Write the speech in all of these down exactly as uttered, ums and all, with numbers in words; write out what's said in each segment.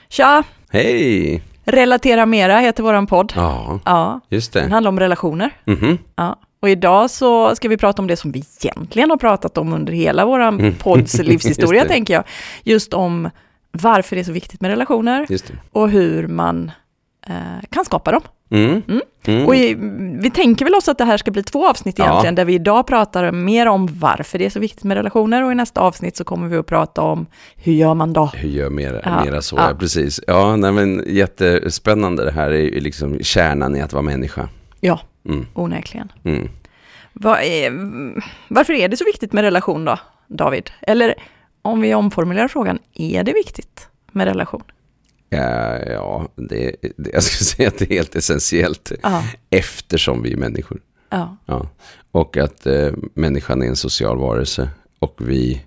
Tja! Hej! Relatera mera heter våran podd. Ja, ja, just det. Den handlar om relationer. Mm-hmm. Ja. Och idag så ska vi prata om det som vi egentligen har pratat om under hela våran Mm. podds livshistoria, Just det. tänker jag. Just om varför det är så viktigt med relationer Just det. och hur man eh, kan skapa dem. Mm. Mm. Mm. Och i, vi tänker väl oss att det här ska bli två avsnitt egentligen, Ja. där vi idag pratar mer om varför det är så viktigt med relationer, och i nästa avsnitt så kommer vi att prata om hur gör man då? Hur gör mera, Ja, mera så? ja. Ja. Precis. Ja, nej, men jättespännande. Det här är ju liksom kärnan i att vara människa. Ja, Mm. onekligen. Mm. Vad är, varför är det så viktigt med relation då, David? Eller om vi omformulerar frågan, är det viktigt med relation? Ja, ja det, det, jag skulle säga att det är helt essentiellt Ja. eftersom vi är människor. Ja. Ja. Och att eh, människan är en social varelse och vi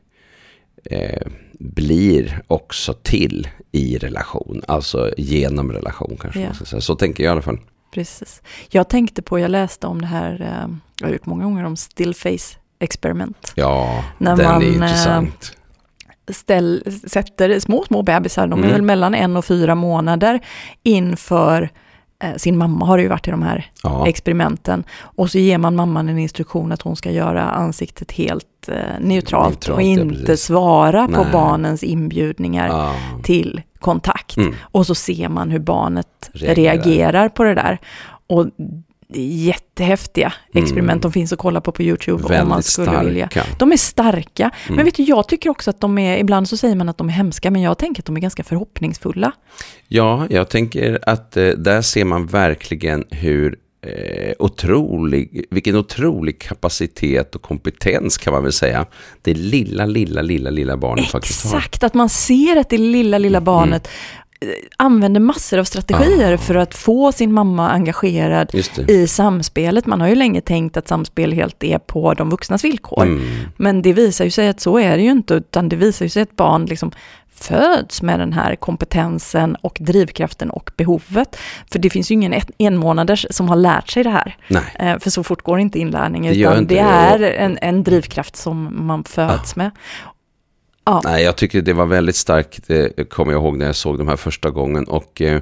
eh, blir också till i relation, alltså genom relation kanske. Ja. Man ska säga. Så tänker jag i alla fall. Precis. Jag tänkte på, jag läste om det här, eh, jag har gjort många gånger om still face experiment. Ja, När den man, är eh, intressant. Ställ, sätter små, små bebisar, de är Mm. väl mellan en och fyra månader inför eh, sin mamma, har det ju varit i de här Ja. experimenten. Och så ger man mamman en instruktion att hon ska göra ansiktet helt eh, neutralt, Neutralt, och ja, inte precis. svara på Nej. barnens inbjudningar Ja. till kontakt. Mm. Och så ser man hur barnet Reagerar. reagerar, på det där. Och det är jättehäftiga experiment. Mm. De finns att kolla på på YouTube om Väldigt man skulle starka. vilja. De är starka. Mm. Men vet du, jag tycker också att de är, ibland så säger man att de är hemska, men jag tänker att de är ganska förhoppningsfulla. Ja, jag tänker att eh, där ser man verkligen hur eh, otrolig, vilken otrolig kapacitet och kompetens kan man väl säga det lilla, lilla, lilla, lilla barnet faktiskt har. Exakt, att man ser att det lilla, lilla barnet eh, använder massor av strategier Ah. för att få sin mamma engagerad Just det. i samspelet. Man har ju länge tänkt att samspel helt är på de vuxnas villkor. Mm. Men det visar ju sig att så är det ju inte, utan det visar ju sig att barn liksom föds med den här kompetensen och drivkraften och behovet. För det finns ju ingen ett, en månaders som har lärt sig det här. Nej. Eh, för så fort går inte inlärning, Det gör utan inte det det. är en, en drivkraft som man föds med. Ja. Nej, jag tycker det var väldigt starkt, det kommer jag ihåg när jag såg de här första gången. Och, eh,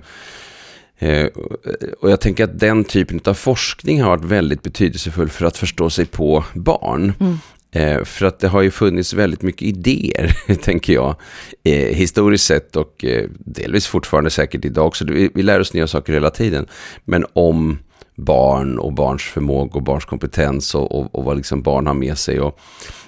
eh, och jag tänker att den typen av forskning har varit väldigt betydelsefull för att förstå sig på barn. Mm. Eh, för att det har ju funnits väldigt mycket idéer, tänker jag, eh, historiskt sett och eh, delvis fortfarande säkert idag också. Vi, vi lär oss nya saker hela tiden. Men om barn och barns förmåga och barns kompetens och, och, och vad liksom barn har med sig. Och,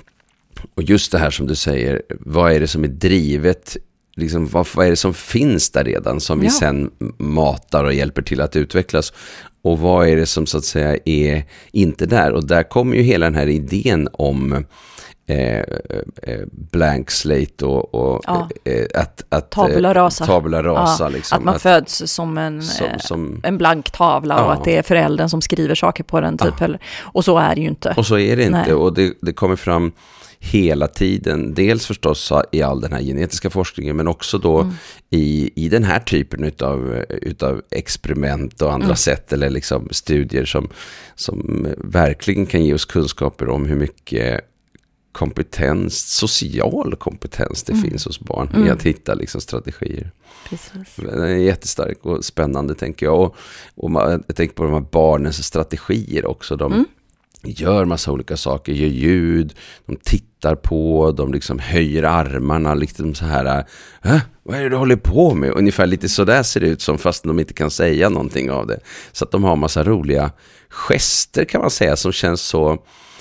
och just det här som du säger, vad är det som är drivet? Liksom, vad, vad är det som finns där redan som vi Ja. sen matar och hjälper till att utvecklas? Och vad är det som så att säga är inte där? Och där kommer ju hela den här idén om eh, eh, blank slate och, och Ja. eh, att, att Tabula rasa. Eh, tabula rasa Ja, liksom. att man att, föds som en, som, eh, som, en blank tavla, Ja. och att det är föräldern som skriver saker på den typ. Ja. Eller, och så är det ju inte. och så är det inte. Nej. Och det, det kommer fram hela tiden, dels förstås i all den här genetiska forskningen, men också då Mm. i, i den här typen utav, utav experiment och andra Mm. sätt eller liksom studier som, som verkligen kan ge oss kunskaper om hur mycket kompetens, social kompetens det Mm. finns hos barn i Mm. att hitta liksom strategier. Precis. Den är jättestark och spännande, tänker jag. Och, och man, jag tänker på de här barnens strategier också. De Mm. gör massa olika saker, gör ljud, de tittar på, de liksom höjer armarna, liksom så här, äh, vad är det du håller på med? Ungefär lite så där ser det ut, som fast de inte kan säga någonting av det. Så att de har massa roliga gester, kan man säga, som känns så,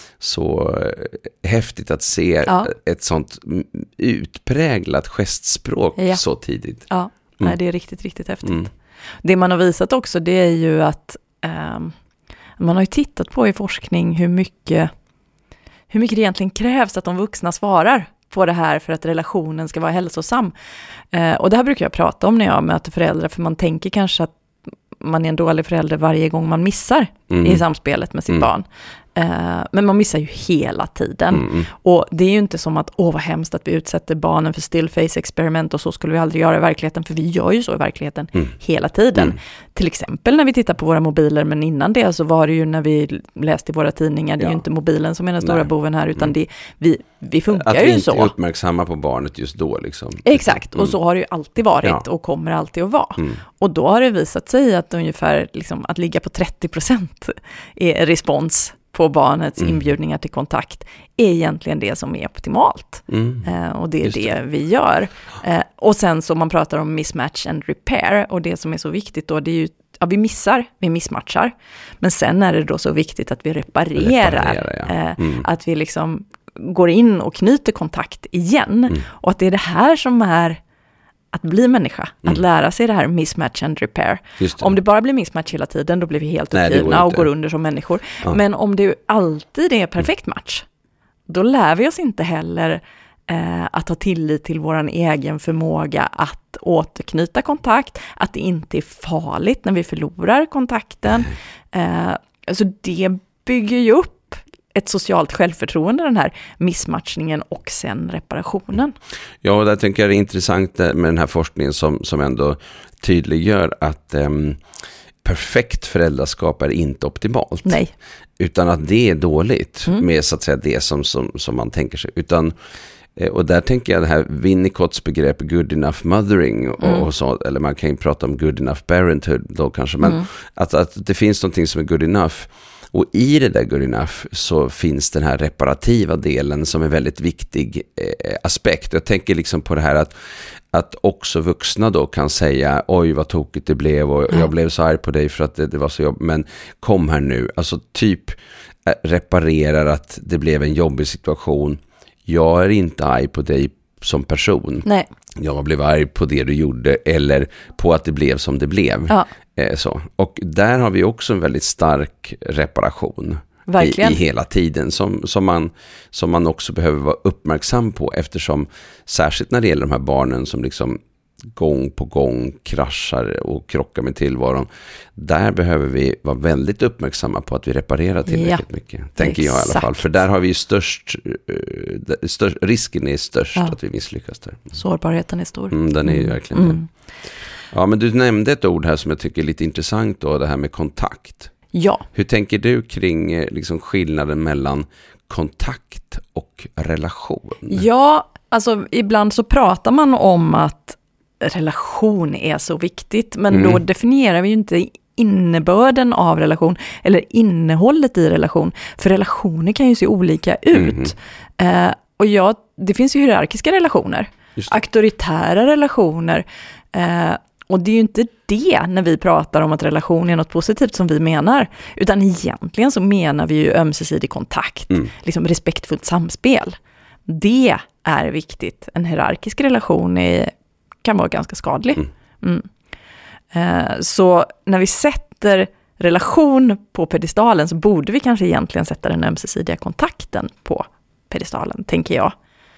så häftigt att se. Ja. Ett sånt utpräglat gestspråk Ja. så tidigt. Ja, nej, det är riktigt, riktigt häftigt. Det man har visat också, det är ju att ehm, man har ju tittat på i forskning hur mycket, hur mycket det egentligen krävs att de vuxna svarar på det här för att relationen ska vara hälsosam. Eh, och det här brukar jag prata om när jag möter föräldrar, för man tänker kanske att man är en dålig förälder varje gång man missar Mm. i samspelet med sitt Mm. barn. Uh, men man missar ju hela tiden. Mm. Och det är ju inte som att, åh vad hemskt att vi utsätter barnen för stillface-experiment och så skulle vi aldrig göra i verkligheten, för vi gör ju så i verkligheten mm. hela tiden. Mm. Till exempel när vi tittar på våra mobiler, men innan det så var det ju när vi läste i våra tidningar, det är ja. ju inte mobilen som är den stora Nej. boven här, utan mm. det, vi, vi funkar att ju vi så. Att vi inte uppmärksamma på barnet just då. Liksom. Exakt, mm. och så har det ju alltid varit ja. och kommer alltid att vara. Mm. Och då har det visat sig att ungefär liksom, att ligga på trettio procent är respons på barnets mm. inbjudningar till kontakt är egentligen det som är optimalt. Mm. Eh, och det är Just det, det vi gör. Eh, och sen så man pratar om mismatch and repair, och det som är så viktigt då, det är ju, ja, vi missar, vi missmatchar. Men sen är det då så viktigt att vi reparerar. reparerar ja. eh, mm. Att vi liksom går in och knyter kontakt igen. Mm. Och att det är det här som är att bli människa, mm. att lära sig det här mismatch and repair. Det. Om det bara blir mismatch hela tiden, då blir vi helt uppgivna och går under som människor. Ja. Men om det alltid är perfekt match, då lär vi oss inte heller eh, att ha tillit till vår egen förmåga att återknyta kontakt, att det inte är farligt när vi förlorar kontakten. Eh, alltså det bygger ju upp ett socialt självförtroende, den här missmatchningen och sen reparationen. Ja, och där tänker jag det är intressant med den här forskningen som, som ändå tydliggör att um, perfekt föräldraskap är inte optimalt. Nej. Utan att det är dåligt mm. med så att säga det som, som, som man tänker sig. Utan, och där tänker jag det här Winnicotts begrepp good enough mothering och, mm. och så, eller man kan ju prata om good enough parenthood då kanske, men mm. att, att det finns någonting som är good enough. Och i det där good enough så finns den här reparativa delen som är väldigt viktig eh, aspekt. Jag tänker liksom på det här att, att också vuxna då kan säga oj vad tokigt det blev och mm. jag blev så arg på dig för att det, det var så jobbigt, men kom här nu. Alltså typ eh, reparerar att det blev en jobbig situation. Jag är inte arg på dig som person. Nej. Jag blev arg på det du gjorde eller på att det blev som det blev. Ja. Eh, så. Och där har vi också en väldigt stark reparation i, i hela tiden som, som, man, som man också behöver vara uppmärksam på, eftersom särskilt när det gäller de här barnen som liksom gång på gång kraschar och krockar med tillvaron, där behöver vi vara väldigt uppmärksamma på att vi reparerar tillräckligt ja, mycket, tänker exakt. jag i alla fall. För där har vi ju störst, uh, störst risken är störst ja. att vi misslyckas där. Sårbarheten är stor. Mm, den är ju verkligen mm. det. Ja, men du nämnde ett ord här som jag tycker är lite intressant då, det här med kontakt. Ja. Hur tänker du kring liksom skillnaden mellan kontakt och relation? Ja, alltså ibland så pratar man om att relation är så viktigt, men mm. då definierar vi ju inte innebörden av relation eller innehållet i relation, för relationer kan ju se olika ut. Mm. Eh, och ja, det finns ju hierarkiska relationer, auktoritära relationer, eh, och det är ju inte det när vi pratar om att relation är något positivt som vi menar, utan egentligen så menar vi ju ömsesidig kontakt, mm. liksom respektfullt samspel. Det är viktigt. En hierarkisk relation är kan vara ganska skadlig. Mm. Mm. Eh, så när vi sätter relation på pedestalen så borde vi kanske egentligen sätta den ömsesidiga kontakten på pedestalen, tänker jag.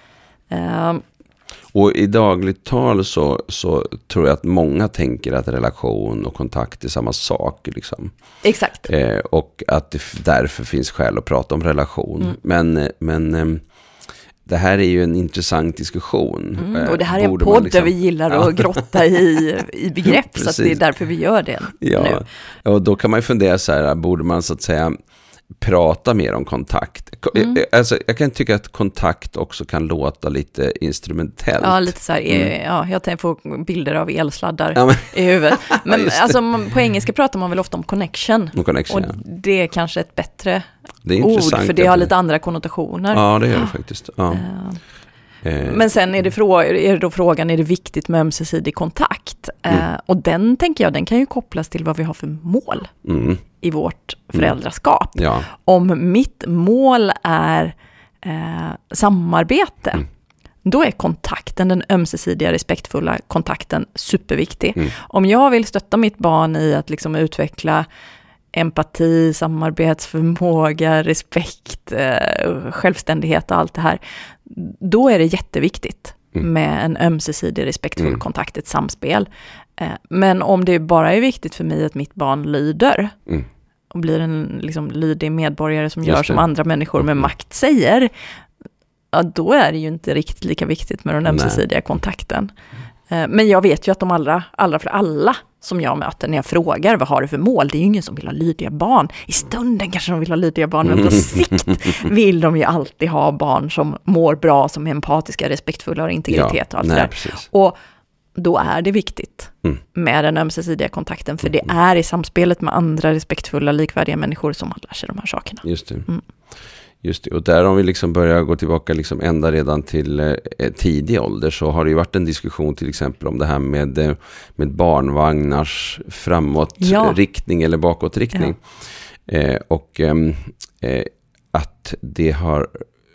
Eh, och i dagligt tal så, så tror jag att många tänker att relation och kontakt är samma sak. Liksom. Exakt. Eh, och att det därför finns skäl att prata om relation. Mm. Men... men eh, det här är ju en intressant diskussion. Mm, och det här är en podd liksom, där vi gillar att ja. grotta i, i begrepp, så att det är därför vi gör det ja. nu. Och då kan man ju fundera så här, borde man så att säga prata mer om kontakt? Mm. Alltså, jag kan tycka att kontakt också kan låta lite instrumentellt. Ja, lite så här, mm. ja, jag tänker få bilder av elsladdar ja, men, i huvudet. Men ja, alltså, man, på engelska pratar man väl ofta om connection. Om connection och ja. det är kanske ett bättre det är ord, för det har lite andra konnotationer. Ja, det gör det faktiskt. Ja. Uh. Men sen är det, frå- är det då frågan, är det viktigt med ömsesidig kontakt? Mm. Uh, och den tänker jag, den kan ju kopplas till vad vi har för mål mm. i vårt föräldraskap. Mm. Ja. Om mitt mål är uh, samarbete, mm. då är kontakten, den ömsesidiga respektfulla kontakten superviktig. Mm. Om jag vill stötta mitt barn i att liksom utveckla empati, samarbetsförmåga, respekt, eh, självständighet och allt det här, då är det jätteviktigt mm. med en ömsesidig respektfull mm. kontakt, ett samspel. Eh, men om det bara är viktigt för mig att mitt barn lyder, mm. och blir en liksom, lydig medborgare som gör som andra människor med makt säger, ja, då är det ju inte riktigt lika viktigt med den ömsesidiga kontakten. Men jag vet ju att de allra, allra för alla som jag möter när jag frågar vad har du för mål, det är ju ingen som vill ha lydiga barn. I stunden kanske de vill ha lydiga barn, men på sikt vill de ju alltid ha barn som mår bra, som är empatiska, respektfulla och integritet och allt det där. Precis. Och då är det viktigt mm. med den ömsesidiga kontakten, för det är i samspelet med andra respektfulla, likvärdiga människor som man lär sig de här sakerna. Just det. Mm. Just det. Och där om vi liksom börjar gå tillbaka liksom ända redan till eh, tidig ålder, så har det ju varit en diskussion till exempel om det här med, eh, med barnvagnars framåtriktning ja. eller bakåtriktning. Ja. Eh, och eh, att det har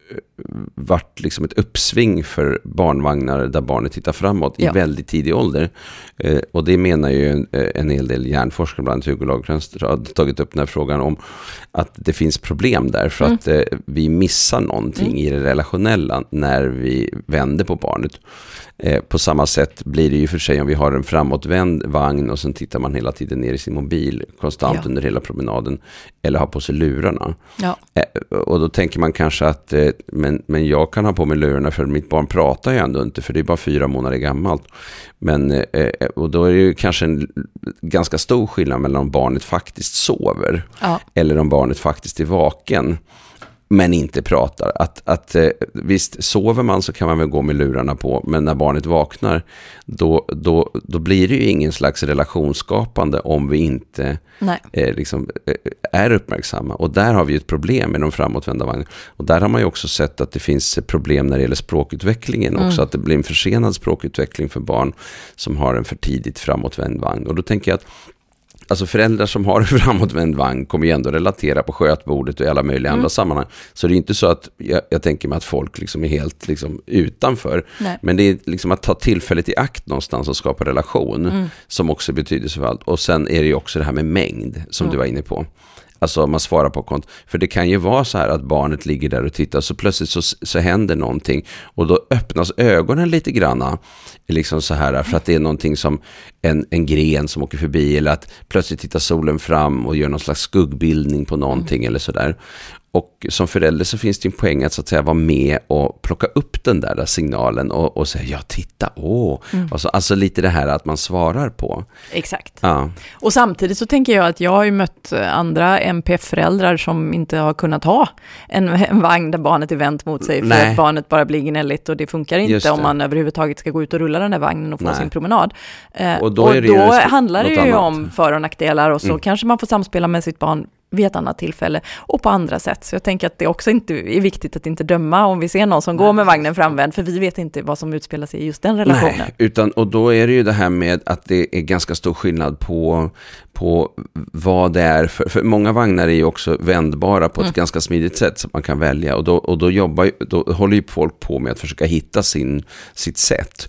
varit liksom ett uppsving för barnvagnar där barnet tittar framåt ja. i väldigt tidig ålder. Eh, och det menar ju en, en hel del hjärnforskare, bland annat Hugo Lagercrantz har tagit upp den här frågan om att det finns problem där för mm. att eh, vi missar någonting mm. i det relationella när vi vänder på barnet. Eh, på samma sätt blir det ju för sig om vi har en framåtvänd vagn och sen tittar man hela tiden ner i sin mobil konstant ja. under hela promenaden eller har på sig lurarna. Ja. Eh, och då tänker man kanske att eh, men, men jag kan ha på mig lurarna för mitt barn pratar ju ändå inte, för det är bara fyra månader gammalt. Men, eh, och då är det ju kanske en ganska stor skillnad mellan om barnet faktiskt sover ja. eller om barnet faktiskt är vaken men inte pratar. Att, att visst, sover man så kan man väl gå med lurarna på, men när barnet vaknar då, då, då blir det ju ingen slags relationsskapande om vi inte eh, liksom, eh, är uppmärksamma. Och där har vi ju ett problem med de framåtvända vagnar. Och där har man ju också sett att det finns problem när det gäller språkutvecklingen också, mm. att det blir en försenad språkutveckling för barn som har en för tidigt framåtvänd vagn. Och då tänker jag att alltså föräldrar som har en framåtvänd vagn kommer ju ändå relatera på skötbordet och i alla möjliga mm. andra sammanhang. Så det är inte så att jag, jag tänker mig att folk liksom är helt liksom utanför. Nej. Men det är liksom att ta tillfället i akt någonstans och skapa relation mm. som också är betydelsefullt. Och sen är det ju också det här med mängd som mm. du var inne på. Alltså man svarar på kont. För det kan ju vara så här att barnet ligger där och tittar, så plötsligt så, så händer någonting och då öppnas ögonen lite granna liksom så här, för att det är någonting som en, en gren som åker förbi, eller att plötsligt tittar solen fram och gör någon slags skuggbildning på någonting mm. eller sådär. Och som förälder så finns det en poäng att så att säga vara med och plocka upp den där, där signalen och, och säga, ja titta, åh. Mm. Alltså, alltså lite det här att man svarar på. Exakt. Ja. Och samtidigt så tänker jag att jag har ju mött andra M P F-föräldrar som inte har kunnat ha en, en vagn där barnet är vänt mot sig för Nej. att barnet bara blir gnälligt och det funkar inte om man överhuvudtaget ska gå ut och rulla den där vagnen och få Nej. sin promenad. Och då, och är det då handlar det ju annat. om för- och nackdelar, och så Mm. kanske man får samspela med sitt barn vid ett annat tillfälle och på andra sätt. Så jag tänker att det också inte är viktigt att inte döma om vi ser någon som Nej. går med vagnen framvänd, för vi vet inte vad som utspelar sig i just den relationen. Nej, utan, och då är det ju det här med att det är ganska stor skillnad på, på vad det är. För, för många vagnar är ju också vändbara på ett mm. ganska smidigt sätt som man kan välja, och då, och då, jobbar, då håller ju folk på med att försöka hitta sin, sitt sätt.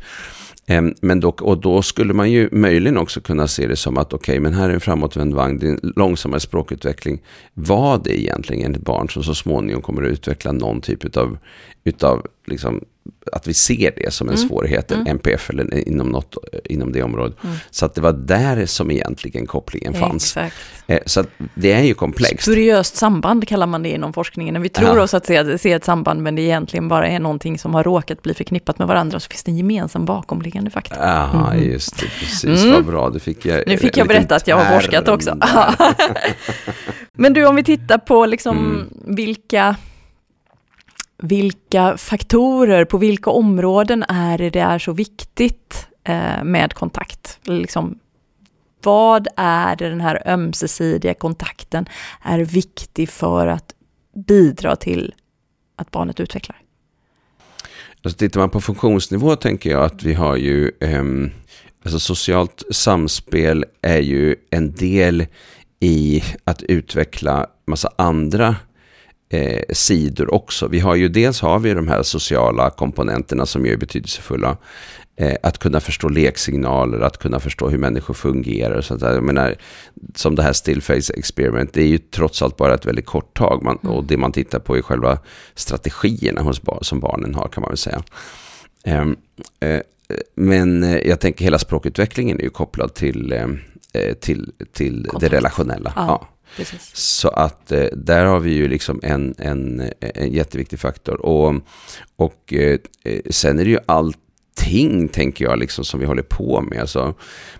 Men då, och då skulle man ju möjligen också kunna se det som att okej, okay, men här är en framåtvänd vagn, det är en långsammare språkutveckling. Vad det egentligen ett barn som så småningom kommer att utveckla någon typ utav, utav liksom, att vi ser det som en mm. svårighet, mm. M P F eller inom, något, inom det området. Mm. Så att det var där som egentligen kopplingen fanns. Exakt. Så att det är ju komplext. Spuriöst samband kallar man det inom forskningen. När vi tror ja. oss att se, se ett samband, men det egentligen bara är någonting som har råkat bli förknippat med varandra, så finns det en gemensam bakomliggande faktor. Ja, mm. just det. Precis, mm. vad bra. Det fick jag, nu fick jag berätta att jag har forskat också. Men du, om vi tittar på liksom mm. vilka... Vilka faktorer, på vilka områden är det, det är så viktigt eh, med kontakt? Liksom, vad är det den här ömsesidiga kontakten är viktig för att bidra till att barnet utvecklar? Alltså, tittar man på funktionsnivå tänker jag att vi har ju eh, alltså socialt samspel är ju en del i att utveckla massa andra Eh, sidor också. Vi har ju dels har vi de här sociala komponenterna som är betydelsefulla. Eh, att kunna förstå leksignaler, att kunna förstå hur människor fungerar. Så att, jag menar, som det här stillface experiment, det är ju trots allt bara ett väldigt kort tag. Man, och det man tittar på är själva strategierna hos bar- som barnen har, kan man väl säga. Eh, eh, men jag tänker hela språkutvecklingen är ju kopplad till, eh, till, till det relationella. Ja. Ja. Precis. Så att eh, där har vi ju liksom en, en, en jätteviktig faktor. Och, och eh, sen är det ju allting, tänker jag, liksom, som vi håller på med. Alltså,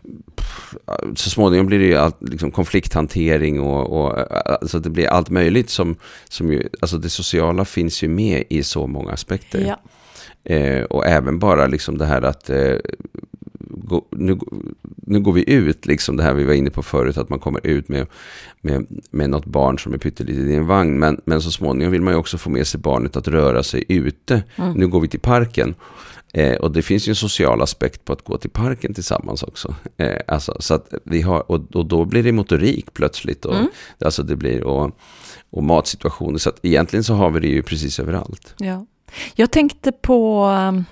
så småningom blir det ju allt, liksom, konflikthantering och, och alltså det blir allt möjligt som, som ju, alltså det sociala finns ju med i så många aspekter. Ja. Eh, och även bara liksom det här att eh, gå, nu, nu går vi ut, liksom det här vi var inne på förut, att man kommer ut med, med, med något barn som är pyttelitet i en vagn, men, men så småningom vill man ju också få med sig barnet att röra sig ute. Mm. Nu går vi till parken. Eh, och det finns ju en social aspekt på att gå till parken tillsammans också. Eh, alltså, så att vi har, och, och då blir det motorik plötsligt. Och, mm. alltså det blir, och, och matsituationer. Så att egentligen så har vi det ju precis överallt. Ja. Jag tänkte på um,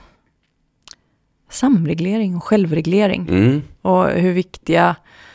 samreglering och självreglering. Mm. Och hur viktiga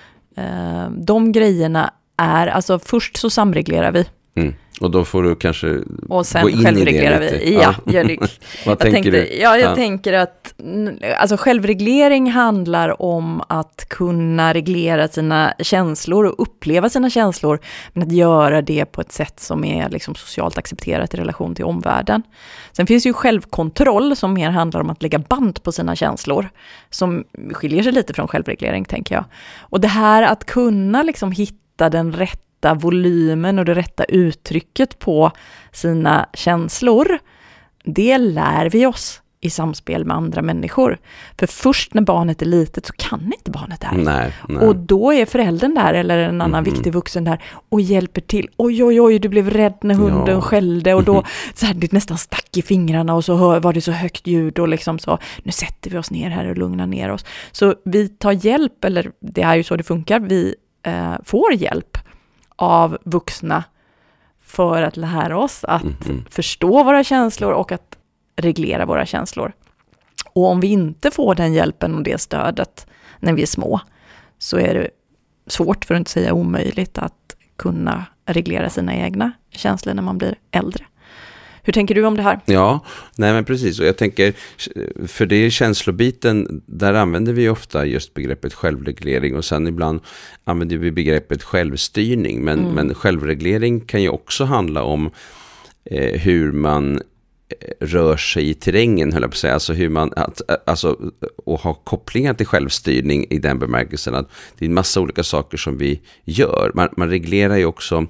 uh, de grejerna är. Alltså först så samreglerar vi. Mm. Och då får du kanske och sen gå in självreglerar i det vi. Ja, ja. Jag, Vad jag tänker tänkte, du? Ja, jag ja. tänker att alltså självreglering handlar om att kunna reglera sina känslor och uppleva sina känslor, men att göra det på ett sätt som är liksom socialt accepterat i relation till omvärlden. Sen finns ju självkontroll som mer handlar om att lägga band på sina känslor, som skiljer sig lite från självreglering, tänker jag. Och det här att kunna liksom hitta den rätta volymen och det rätta uttrycket på sina känslor, det lär vi oss i samspel med andra människor. För först när barnet är litet så kan inte barnet det här. Nej, nej. Och då är föräldern där eller en annan mm. viktig vuxen där och hjälper till. Oj, oj, oj, du blev rädd när hunden ja. skällde och då så här, det nästan stack i fingrarna och så hör, var det så högt ljud och liksom så, nu sätter vi oss ner här och lugnar ner oss. Så vi tar hjälp, eller det är ju så det funkar, vi eh, får hjälp av vuxna för att lära oss att mm-hmm. förstå våra känslor och att reglera våra känslor. Och om vi inte får den hjälpen och det stödet när vi är små, så är det svårt, för att inte säga omöjligt, att kunna reglera sina egna känslor när man blir äldre. Hur tänker du om det här? Ja, nej men precis. Och jag tänker, för det är känslobiten, där använder vi ofta just begreppet självreglering, och sen ibland använder vi begreppet självstyrning. Men, mm. men självreglering kan ju också handla om eh, hur man rör sig i terrängen, höll jag på att säga. Alltså hur man, att, alltså, och ha kopplingar till självstyrning i den bemärkelsen att det är en massa olika saker som vi gör. Man, man reglerar ju också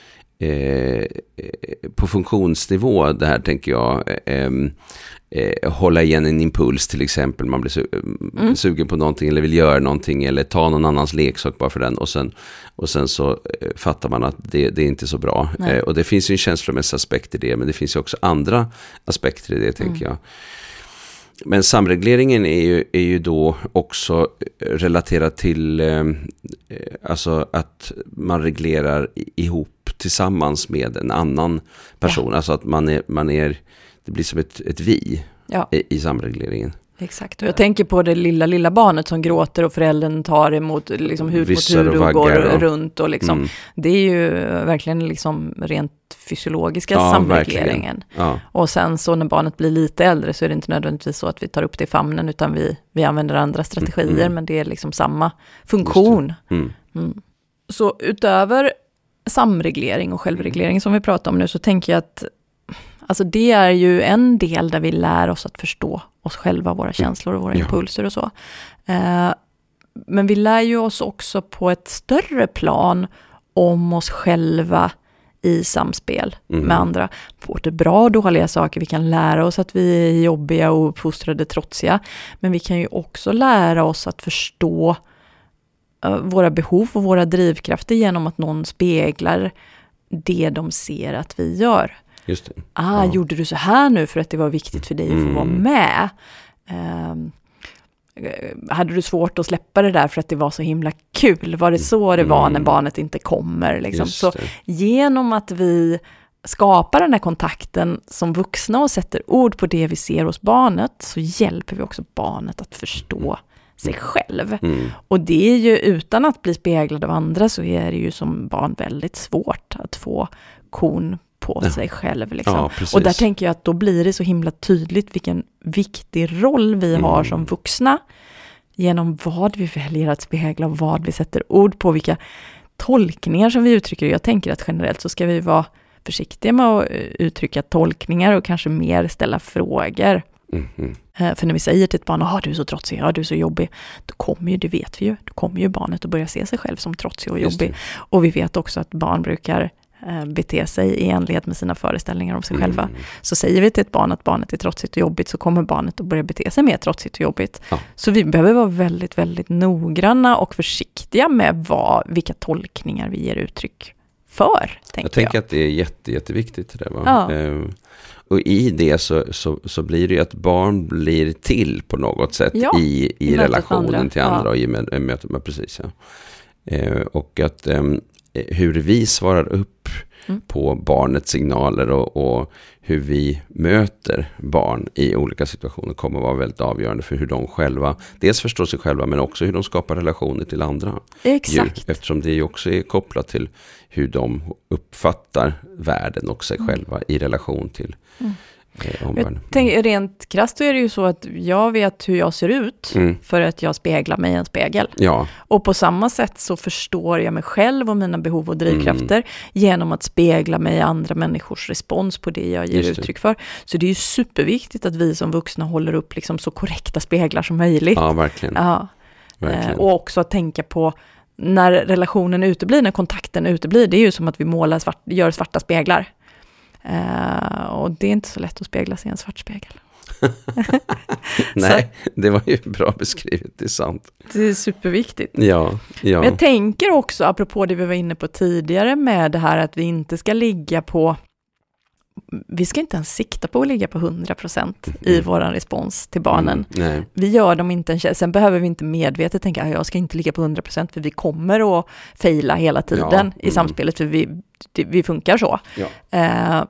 Eh, på funktionsnivå, det här tänker jag, eh, eh, hålla igen en impuls till exempel, man blir su- mm. sugen på någonting eller vill göra någonting eller ta någon annans leksak bara för den, och sen, och sen så eh, fattar man att det, det är inte så bra. Eh, och det finns ju en känslomässig aspekt i det, men det finns ju också andra aspekter i det, tänker mm. jag. Men samregleringen är ju, är ju då också relaterat till eh, alltså att man reglerar ihop tillsammans med en annan person. Ja. Alltså att man är, man är, det blir som ett, ett vi ja. i, i samregleringen. Exakt, och jag tänker på det lilla, lilla barnet som gråter och föräldern tar emot liksom hud mot hud och, och går och... runt. Och liksom, mm. det är ju verkligen liksom rent fysiologiska ja, samregleringen. Ja. Och sen så när barnet blir lite äldre så är det inte nödvändigtvis så att vi tar upp det i famnen, utan vi, vi använder andra strategier, mm. men det är liksom samma funktion. Mm. Mm. Så utöver samreglering och självreglering som vi pratar om nu, så tänker jag att alltså det är ju en del där vi lär oss att förstå oss själva, våra känslor och våra ja. impulser och så. Eh, men vi lär ju oss också på ett större plan om oss själva i samspel mm. med andra. Både bra och dåliga saker. Vi kan lära oss att vi är jobbiga och uppfostrade trotsiga. Men vi kan ju också lära oss att förstå uh, våra behov och våra drivkrafter genom att någon speglar det de ser att vi gör. Just det. Ah, ja. Gjorde du så här nu för att det var viktigt för dig att mm. få vara med? Um, hade du svårt att släppa det där för att det var så himla kul? Var det så det var mm. när barnet inte kommer? Liksom? Så genom att vi skapar den här kontakten som vuxna och sätter ord på det vi ser hos barnet, så hjälper vi också barnet att förstå mm. sig själv. Mm. Och det är ju, utan att bli speglad av andra, så är det ju som barn väldigt svårt att få kon på ja. sig själv. Liksom. Ja, och där tänker jag att då blir det så himla tydligt vilken viktig roll vi mm. har som vuxna genom vad vi väljer att spegla och vad vi sätter ord på, vilka tolkningar som vi uttrycker. Jag tänker att generellt så ska vi vara försiktiga med att uttrycka tolkningar och kanske mer ställa frågor. Mm-hmm. För när vi säger till ett barn, ah, du är så trotsig, ah, du är så jobbig, då kommer ju, det vet vi ju, då kommer ju barnet att börja se sig själv som trotsig och jobbig. Och vi vet också att barn brukar eh, bete sig i enlighet med sina föreställningar om sig mm. själva. Så säger vi till ett barn att barnet är trotsigt och jobbigt, så kommer barnet att börja bete sig mer trotsigt och jobbigt. Ja. Så vi behöver vara väldigt, väldigt noggranna och försiktiga med vad, vilka tolkningar vi ger uttryck för. Jag tänker jag. att det är jätte, jätteviktigt. Det där, va? Ja. Ehm. Och i det så, så, så blir det ju att barn blir till på något sätt ja, i, i, i relationen andra. till andra ja. och i mötet med precis. Ja. Eh, och att eh, hur vi svarar upp mm. på barnets signaler och, och hur vi möter barn i olika situationer kommer att vara väldigt avgörande för hur de själva dels förstår sig själva men också hur de skapar relationer till andra Exakt. djur. Eftersom det ju också är kopplat till hur de uppfattar världen och sig mm. själva i relation till mm. eh, omvärlden. Jag tänker, rent krasst så är det ju så att jag vet hur jag ser ut mm. för att jag speglar mig i en spegel. Ja. Och på samma sätt så förstår jag mig själv och mina behov och drivkrafter mm. genom att spegla mig i andra människors respons på det jag ger uttryck för. Så det är ju superviktigt att vi som vuxna håller upp liksom så korrekta speglar som möjligt. Ja, verkligen. Ja. verkligen. Eh, och också att tänka på när relationen uteblir, när kontakten uteblir, det är ju som att vi målar svart, gör svarta speglar. Uh, och det är inte så lätt att spegla sig i en svart spegel. Nej, så, det var ju bra beskrivet, det är sant. Det är superviktigt. Ja, ja. Men jag tänker också, apropå det vi var inne på tidigare med det här att vi inte ska ligga på, vi ska inte ens sikta på att ligga på hundra procent mm. i våran respons till barnen. Mm, nej. Vi gör dem inte en tjänst. Sen behöver vi inte medvetet tänka att jag ska inte ligga på hundra procent för vi kommer att fejla hela tiden ja, mm. i samspelet för vi, det, vi funkar så. Ja. Uh,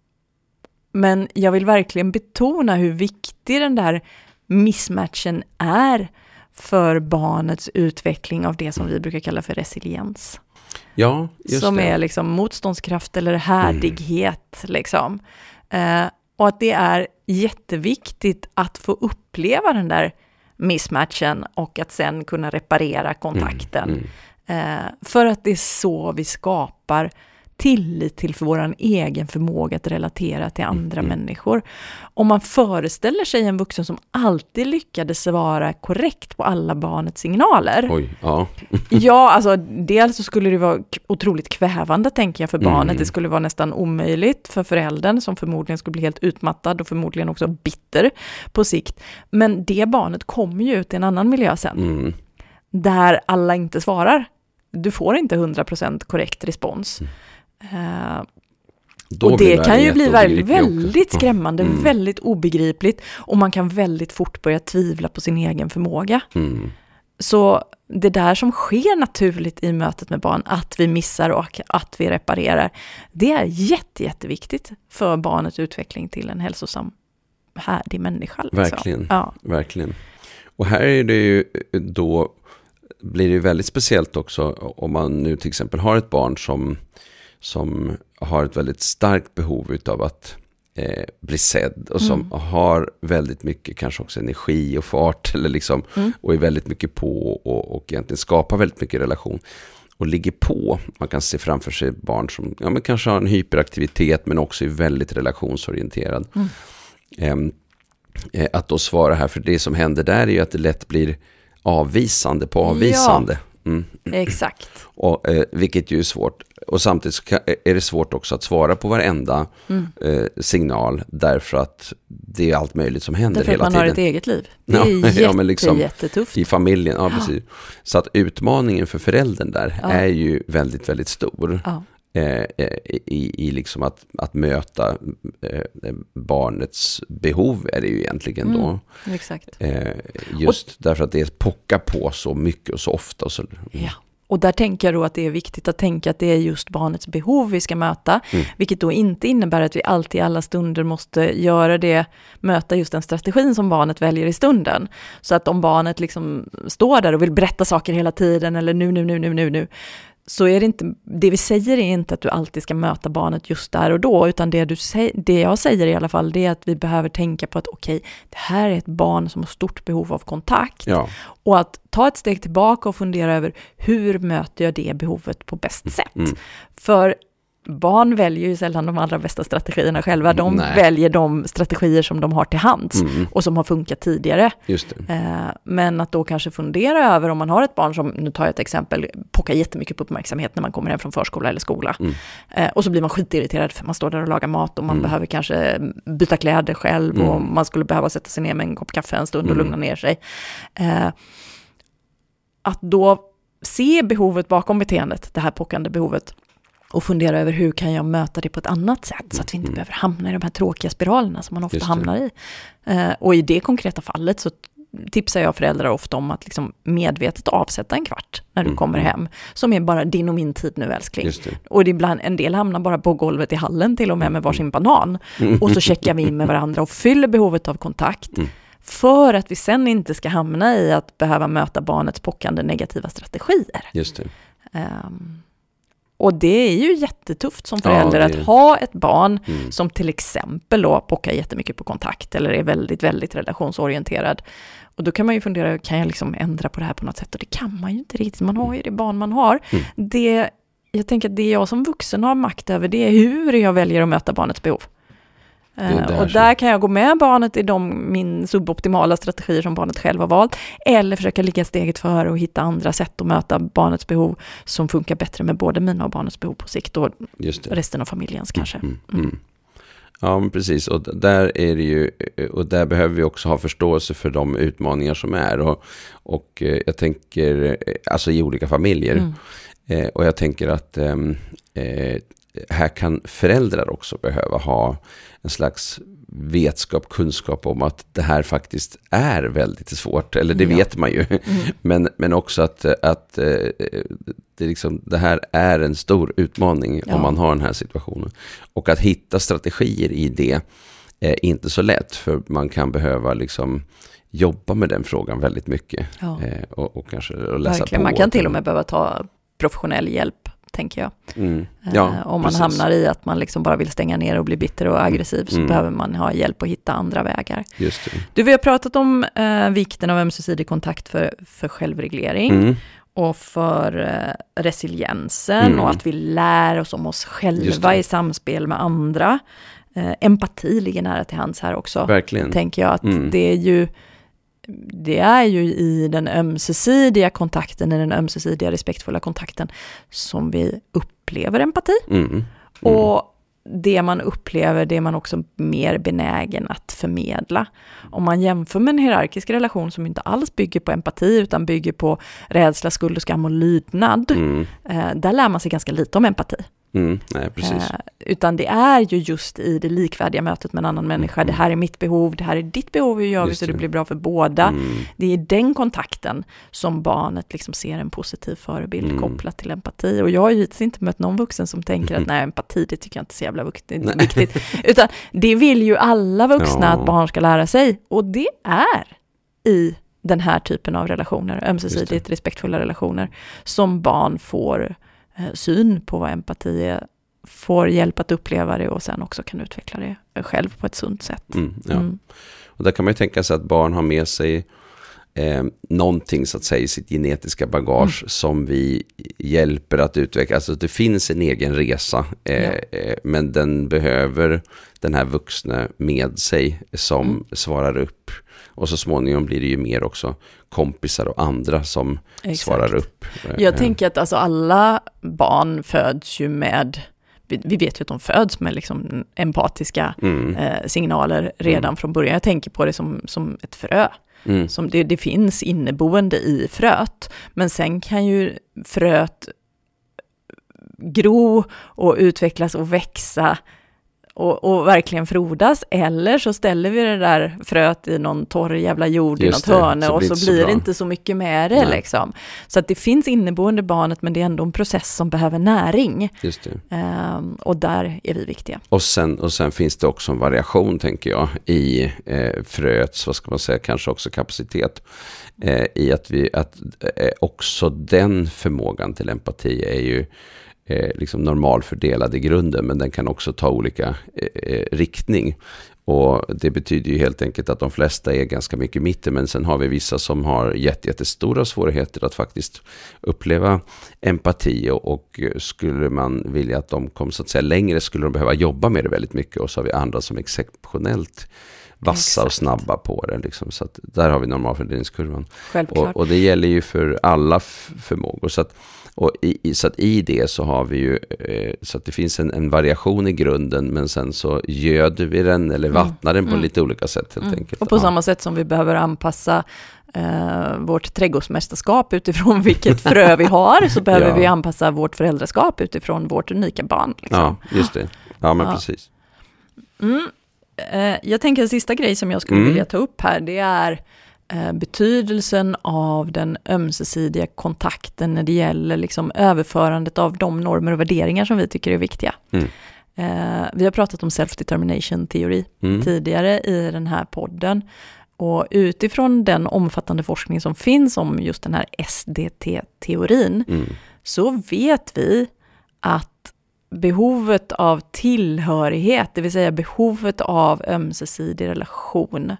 men jag vill verkligen betona hur viktig den där mismatchen är för barnets utveckling av det som vi brukar kalla för resiliens. Ja, just som det. är liksom motståndskraft eller härdighet. Mm. Liksom. Eh, och att det är jätteviktigt att få uppleva den där mismatchen och att sen kunna reparera kontakten. Mm. Mm. Eh, för att det är så vi skapar tillit till för vår egen förmåga att relatera till andra mm. människor. Om man föreställer sig en vuxen som alltid lyckades svara korrekt på alla barnets signaler. Oj, ja. ja, alltså dels så skulle det vara otroligt kvävande tänker jag för barnet. Mm. Det skulle vara nästan omöjligt för föräldern som förmodligen skulle bli helt utmattad och förmodligen också bitter på sikt. Men det barnet kommer ju ut i en annan miljö sen. Mm. Där alla inte svarar. Du får inte hundra procent korrekt respons. Mm. Uh, och det kan ju bli väldigt, väldigt skrämmande, mm. väldigt obegripligt och man kan väldigt fort börja tvivla på sin egen förmåga. Mm. Så det där som sker naturligt i mötet med barn, att vi missar och att vi reparerar, det är jätte, jätteviktigt för barnets utveckling till en hälsosam, härdig människa. Liksom. Verkligen, ja. verkligen. Och här är det ju då, blir det ju väldigt speciellt också om man nu till exempel har ett barn som som har ett väldigt starkt behov av att eh, bli sedd och som mm. har väldigt mycket kanske också energi och fart eller liksom, mm. och är väldigt mycket på och, och egentligen skapar väldigt mycket relation och ligger på. Man kan se framför sig barn som ja, men kanske har en hyperaktivitet men också är väldigt relationsorienterad. Mm. Eh, att då svara här, för det som händer där är ju att det lätt blir avvisande på avvisande. Ja. Mm. Exakt. Och, eh, vilket ju är svårt. Och samtidigt så kan, är det svårt också att svara på varenda mm. eh, signal därför att det är allt möjligt som händer hela tiden. Därför att man har ett eget liv. Det ja, är jätte, ja, men liksom, jättetufft. I familjen, ja, ja precis. Så att utmaningen för föräldern där ja. är ju väldigt, väldigt stor. Ja. Eh, i, i liksom att, att möta eh, barnets behov är det ju egentligen mm, då. Exakt. Eh, just och, därför att det pockar på så mycket och så ofta. Och så. Ja. Och där tänker jag då att det är viktigt att tänka att det är just barnets behov vi ska möta. Mm. Vilket då inte innebär att vi alltid i alla stunder måste göra det, möta just den strategin som barnet väljer i stunden. Så att om barnet liksom står där och vill berätta saker hela tiden eller nu, nu, nu, nu, nu, nu. så är det inte, det vi säger är inte att du alltid ska möta barnet just där och då, utan det, du säger, det jag säger i alla fall, det är att vi behöver tänka på att okej, okay, det här är ett barn som har stort behov av kontakt. Ja. Och att ta ett steg tillbaka och fundera över hur möter jag det behovet på bäst sätt. Mm. För barn väljer ju sällan de allra bästa strategierna själva. De Nej. väljer de strategier som de har till hands mm. och som har funkat tidigare. Just det. Eh, men att då kanske fundera över om man har ett barn som, nu tar jag ett exempel, pockar jättemycket på uppmärksamhet när man kommer hem från förskola eller skola. Mm. Eh, och så blir man skitirriterad för man står där och lagar mat och man mm. behöver kanske byta kläder själv mm. och man skulle behöva sätta sig ner med en kopp kaffe en stund och mm. lugna ner sig. Eh, att då se behovet bakom beteendet, det här pockande behovet, och fundera över hur kan jag möta det på ett annat sätt så att vi inte mm. behöver hamna i de här tråkiga spiralerna som man ofta hamnar i. Eh, och i det konkreta fallet så tipsar jag föräldrar ofta om att liksom medvetet avsätta en kvart när du mm. kommer hem, som är bara din och min tid nu, älskling. Och det ibland, en del hamnar bara på golvet i hallen till och med med varsin banan. Mm. Och så checkar vi in med varandra och fyller behovet av kontakt. Mm. För att vi sen inte ska hamna i att behöva möta barnets pockande negativa strategier. Just det. Um, Och det är ju jättetufft som förälder ja, det... att ha ett barn mm. som till exempel då pockar jättemycket på kontakt eller är väldigt, väldigt relationsorienterad. Och då kan man ju fundera, kan jag liksom ändra på det här på något sätt? Och det kan man ju inte riktigt, man har ju det barn man har. Mm. Det, jag tänker att det jag som vuxen har makt över, det är hur jag väljer att möta barnets behov. Där och där kan jag gå med barnet i de min suboptimala strategier som barnet själv har valt, eller försöka ligga steget före och hitta andra sätt att möta barnets behov som funkar bättre med både mina och barnets behov på sikt och resten av familjens kanske. Mm, mm, mm. Ja, men precis. Och där är det ju, och där behöver vi också ha förståelse för de utmaningar som är och, och jag tänker, alltså i olika familjer. Mm. Eh, och jag tänker att eh, här kan föräldrar också behöva ha en slags vetskap, kunskap om att det här faktiskt är väldigt svårt. Eller det ja. vet man ju. Mm. Men, men också att, att det, liksom, det här är en stor utmaning ja. om man har den här situationen. Och att hitta strategier i det är inte så lätt. För man kan behöva liksom jobba med den frågan väldigt mycket. Ja. Och, och kanske och läsa Verkligen. på. Man kan till och med behöva ta professionell hjälp, tänker jag. Mm. Ja, eh, om man precis. hamnar i att man liksom bara vill stänga ner och bli bitter och aggressiv så mm. behöver man ha hjälp att hitta andra vägar. Just det. Du, vi har pratat om eh, vikten av ömsesidig kontakt för, för självreglering mm. och för eh, resiliensen mm. och att vi lär oss om oss själva i samspel med andra. Eh, empati ligger nära till hands här också. Verkligen. Tänker jag att mm. det är ju det är ju i den ömsesidiga kontakten, i den ömsesidiga respektfulla kontakten som vi upplever empati. Mm. Mm. Och det man upplever, det är man också mer benägen att förmedla. Om man jämför med en hierarkisk relation som inte alls bygger på empati utan bygger på rädsla, skuld och skam och lydnad, mm. eh, där lär man sig ganska lite om empati. Mm, nej, precis. Eh, utan det är ju just i det likvärdiga mötet med en annan människa. Mm. Det här är mitt behov, det här är ditt behov, hur gör vi så det blir bra för båda. Mm. Det är den kontakten som barnet liksom ser en positiv förebild mm. kopplat till empati. Och jag har ju hittills inte mött någon vuxen som tänker att nej, empati, det tycker jag inte är så jävla viktigt. Utan det vill ju alla vuxna ja. att barn ska lära sig. Och det är i den här typen av relationer, ömsesidigt respektfulla relationer, som barn får syn på vad empati är, får hjälp att uppleva det och sen också kan utveckla det själv på ett sunt sätt. Mm, ja. mm. Och där kan man ju tänka sig att barn har med sig eh, någonting så att säga i sitt genetiska bagage mm. som vi hjälper att utveckla. Alltså det finns en egen resa eh, ja. eh, men den behöver den här vuxna med sig som mm. svarar upp. Och så småningom blir det ju mer också kompisar och andra som Exakt. svarar upp. Jag tänker att alltså alla barn föds ju med, vi vet ju att de föds med liksom empatiska mm. eh, signaler redan mm. från början. Jag tänker på det som, som ett frö. Mm. Som det, det finns inneboende i fröet. Men sen kan ju fröet gro och utvecklas och växa och, och verkligen frodas, eller så ställer vi det där fröet i någon torr jävla jord Just i något det, hörne så och blir så det så blir bra. det inte så mycket med det. Nej. Liksom. Så att det finns inneboende barnet, men det är ändå en process som behöver näring. Just det. Um, och där är vi viktiga. Och sen, och sen finns det också en variation, tänker jag, i eh, fröets, vad ska man säga, kanske också kapacitet. Eh, I att vi, att eh, också den förmågan till empati är ju eh, liksom normalfördelad i grunden, men den kan också ta olika eh, riktning. Och det betyder ju helt enkelt att de flesta är ganska mycket mitten, men sen har vi vissa som har jätte, jättestora svårigheter att faktiskt uppleva empati, och, och skulle man vilja att de kom så att säga längre skulle de behöva jobba med det väldigt mycket, och så har vi andra som är exceptionellt vassa Exakt. och snabba på det. Liksom. Så att där har vi normalfördelningskurvan. Självklart. Och, och det gäller ju för alla f- förmågor. Så att, och i, så att i det så har vi ju, eh, så att det finns en, en variation i grunden, men sen så göder vi den eller vattnar mm. den på mm. lite olika sätt helt mm. enkelt. Och på ja. samma sätt som vi behöver anpassa eh, vårt trädgårdsmästerskap utifrån vilket frö vi har, så behöver ja. vi anpassa vårt föräldraskap utifrån vårt unika barn. Liksom. Ja, just det. Ja, men ja. precis. Mm. Eh, jag tänker en sista grej som jag skulle mm. vilja ta upp här, det är eh, betydelsen av den ömsesidiga kontakten när det gäller liksom överförandet av de normer och värderingar som vi tycker är viktiga. Mm. Eh, vi har pratat om self-determination teori mm. tidigare i den här podden, och utifrån den omfattande forskning som finns om just den här S D T-teorin mm. så vet vi att behovet av tillhörighet, det vill säga behovet av ömsesidig relation,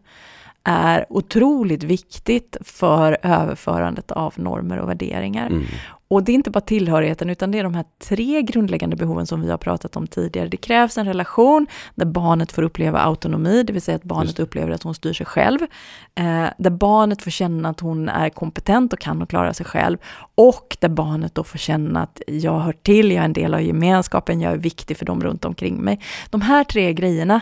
är otroligt viktigt för överförandet av normer och värderingar. Mm. Och det är inte bara tillhörigheten, utan det är de här tre grundläggande behoven som vi har pratat om tidigare. Det krävs en relation där barnet får uppleva autonomi, det vill säga att barnet upplever att hon styr sig själv. Eh, där barnet får känna att hon är kompetent och kan och klara sig själv. Och där barnet då får känna att jag hör till, jag är en del av gemenskapen, jag är viktig för dem runt omkring mig. De här tre grejerna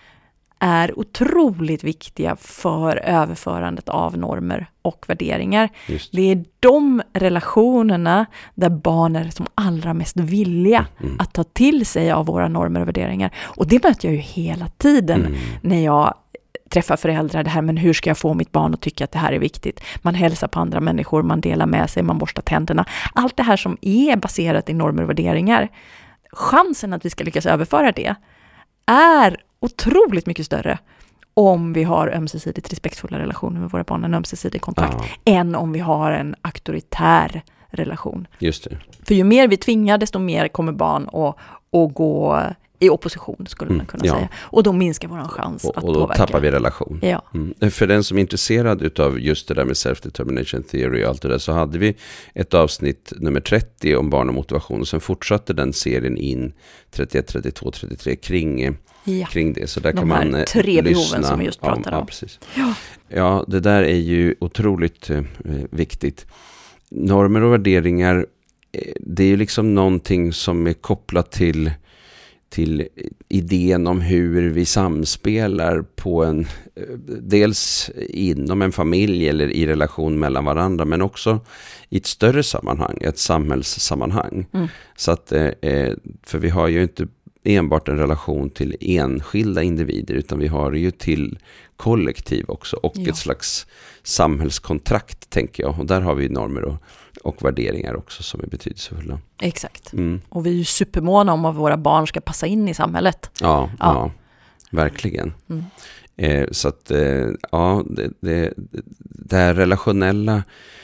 är otroligt viktiga för överförandet av normer och värderingar. Just. Det är de relationerna där barn är som allra mest villiga mm. att ta till sig av våra normer och värderingar. Och det möter jag ju hela tiden mm. när jag träffar föräldrar. Det här, men hur ska jag få mitt barn att tycka att det här är viktigt? Man hälsar på andra människor, man delar med sig, man borstar tänderna. Allt det här som är baserat i normer och värderingar. Chansen att vi ska lyckas överföra det är otroligt mycket större om vi har ömsesidigt respektfulla relationer med våra barn, en ömsesidig kontakt, ja. än om vi har en auktoritär relation. Just det. För ju mer vi tvingar, desto mer kommer barn att, att gå i opposition, skulle man kunna mm, ja. säga. Och då minskar vår chans och, att och då påverka. tappar vi relation. Ja. Mm. För den som är intresserad utav just det där med self-determination theory och allt det där, så hade vi ett avsnitt nummer trettio om barn och motivation, och sen fortsatte den serien in trettioett, trettiotvå, trettiotre kring Ja. kring det. Så där De kan man här tre lyssna. behoven som vi just pratade ja, om. Ja, precis. Ja. ja, det där är ju otroligt eh, viktigt. Normer och värderingar, eh, det är ju liksom någonting som är kopplat till, till idén om hur vi samspelar på en, eh, dels inom en familj eller i relation mellan varandra, men också i ett större sammanhang, ett samhällssammanhang. Mm. Så att, eh, för vi har ju inte enbart en relation till enskilda individer, utan vi har ju till kollektiv också, och ja. ett slags samhällskontrakt, tänker jag. Och där har vi normer och, och värderingar också som är betydelsefulla. Exakt. Mm. Och vi är ju supermåna om att våra barn ska passa in i samhället. Ja, ja. ja verkligen. Mm. Eh, så att, eh, ja, det, det, det här relationella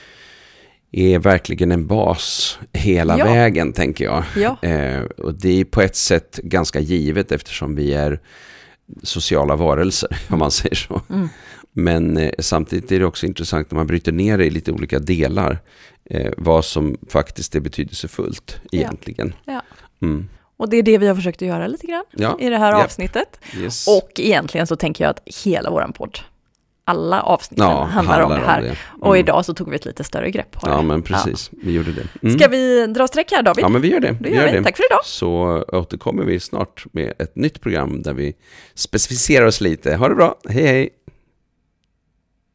är verkligen en bas hela ja. vägen, tänker jag. Ja. Eh, och det är på ett sätt ganska givet, eftersom vi är sociala varelser, mm. om man säger så. Mm. Men eh, samtidigt är det också intressant när man bryter ner det i lite olika delar, eh, vad som faktiskt är betydelsefullt egentligen. Ja. Ja. Mm. Och det är det vi har försökt att göra lite grann ja. i det här yep. avsnittet. Yes. Och egentligen så tänker jag att hela våran podd, alla avsnitten ja, handlar, handlar om det här. Om det. Mm. Och idag så tog vi ett lite större grepp på det. Ja, men precis. Ja. Vi gjorde det. Mm. Ska vi dra streck här, David? Ja, men vi gör det. Vi gör vi. det. Tack för idag. Så återkommer vi snart med ett nytt program där vi specificerar oss lite. Ha det bra. Hej, hej.